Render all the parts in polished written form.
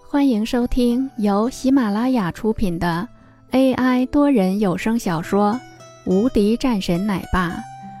欢迎收听由喜马拉雅出品的 AI 多人有声小说《无敌战神奶爸》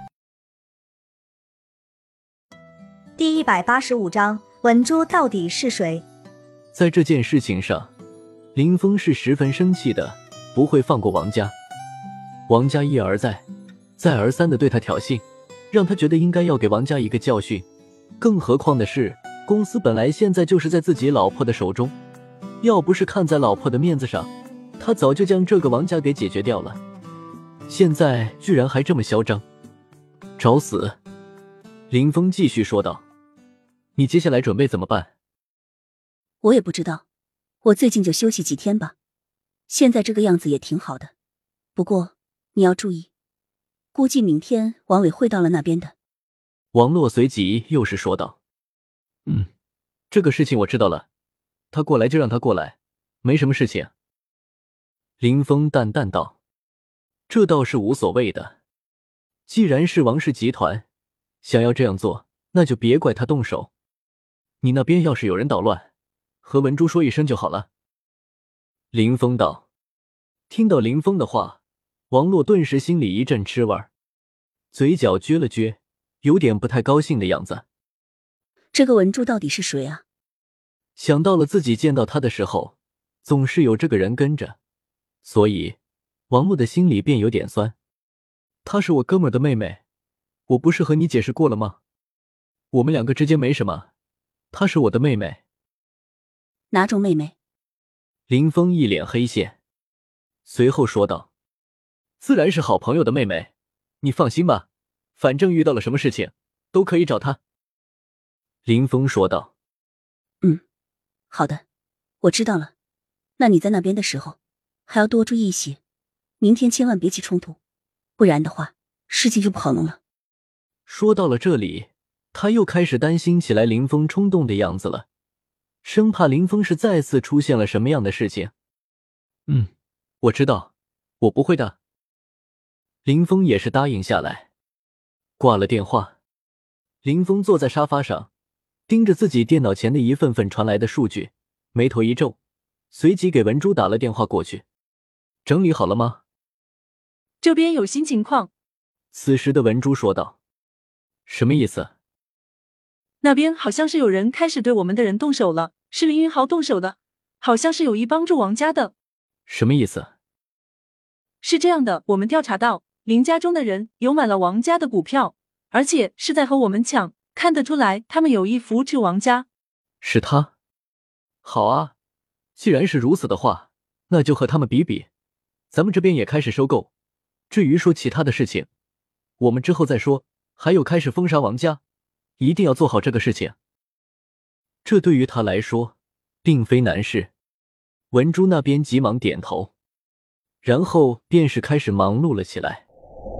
第185章，文珠到底是谁？ 在这件事情上，林峰是十分生气的，不会放过王家。王家一而再，再而三地对他挑衅，让他觉得应该要给王家一个教训。更何况的是，公司本来现在就是在自己老婆的手中，要不是看在老婆的面子上，他早就将这个王家给解决掉了。现在居然还这么嚣张，找死！林峰继续说道：“你接下来准备怎么办？” 我也不知道，我最近就休息几天吧。现在这个样子也挺好的，不过你要注意，估计明天王伟会到了那边的。 王洛随即又是说道：“这个事情我知道了，他过来就让他过来，没什么事情。”林峰淡淡道：“这倒是无所谓的，既然是王氏集团想要这样做，那就别怪他动手。你那边要是有人捣乱，和文珠说一声就好了。”林峰道。听到林峰的话，王洛顿时心里一阵吃味，嘴角撅了撅，有点不太高兴的样子。 这个文珠到底是谁啊？ 想到了自己见到他的时候，总是有这个人跟着，所以王洛的心里便有点酸。她是我哥们儿的妹妹，我不是和你解释过了吗？我们两个之间没什么，她是我的妹妹。 哪种妹妹？ 林峰一脸黑线，随后说道：“自然是好朋友的妹妹，你放心吧，反正遇到了什么事情都可以找她。”林峰说道。 好的，我知道了。那你在那边的时候还要多注意一些，明天千万别起冲突，不然的话事情就不好弄了。 说到了这里，他又开始担心起来林峰冲动的样子了，生怕林峰是再次出现了什么样的事情。我知道，我不会的。林峰也是答应下来。挂了电话，林峰坐在沙发上，盯着自己电脑前的一份份传来的数据，眉头一皱，随即给文珠打了电话过去。整理好了吗？ 这边有新情况。 此时的文珠说道。什么意思？ 那边好像是有人开始对我们的人动手了，是林云豪动手的，好像是有意帮助王家的。 什么意思？ 是这样的，我们调查到林家中的人有买了王家的股票，而且是在和我们抢，看得出来他们有意扶持王家。 是他？好啊，既然是如此的话，那就和他们比比，咱们这边也开始收购。至于说其他的事情，我们之后再说。还有开始封杀王家，一定要做好这个事情。这对于他来说并非难事。文珠那边急忙点头，然后便是开始忙碌了起来。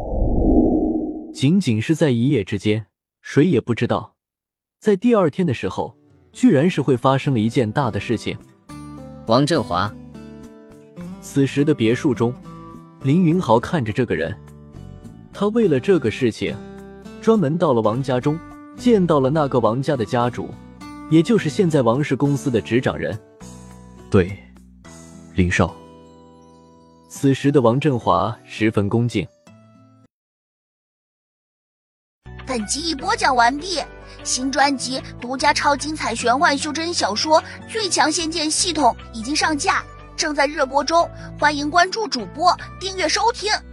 仅仅是在一夜之间，谁也不知道在第二天的时候居然是会发生了一件大的事情。 王振华。 此时的别墅中，林云豪看着这个人，他为了这个事情专门到了王家中，见到了那个王家的家主，也就是现在王氏公司的执掌人。对，林少。此时的王振华十分恭敬。 本集已播讲完毕，新专辑独家超精彩玄幻修真小说《最强仙剑系统》已经上架，正在热播中，欢迎关注主播，订阅收听。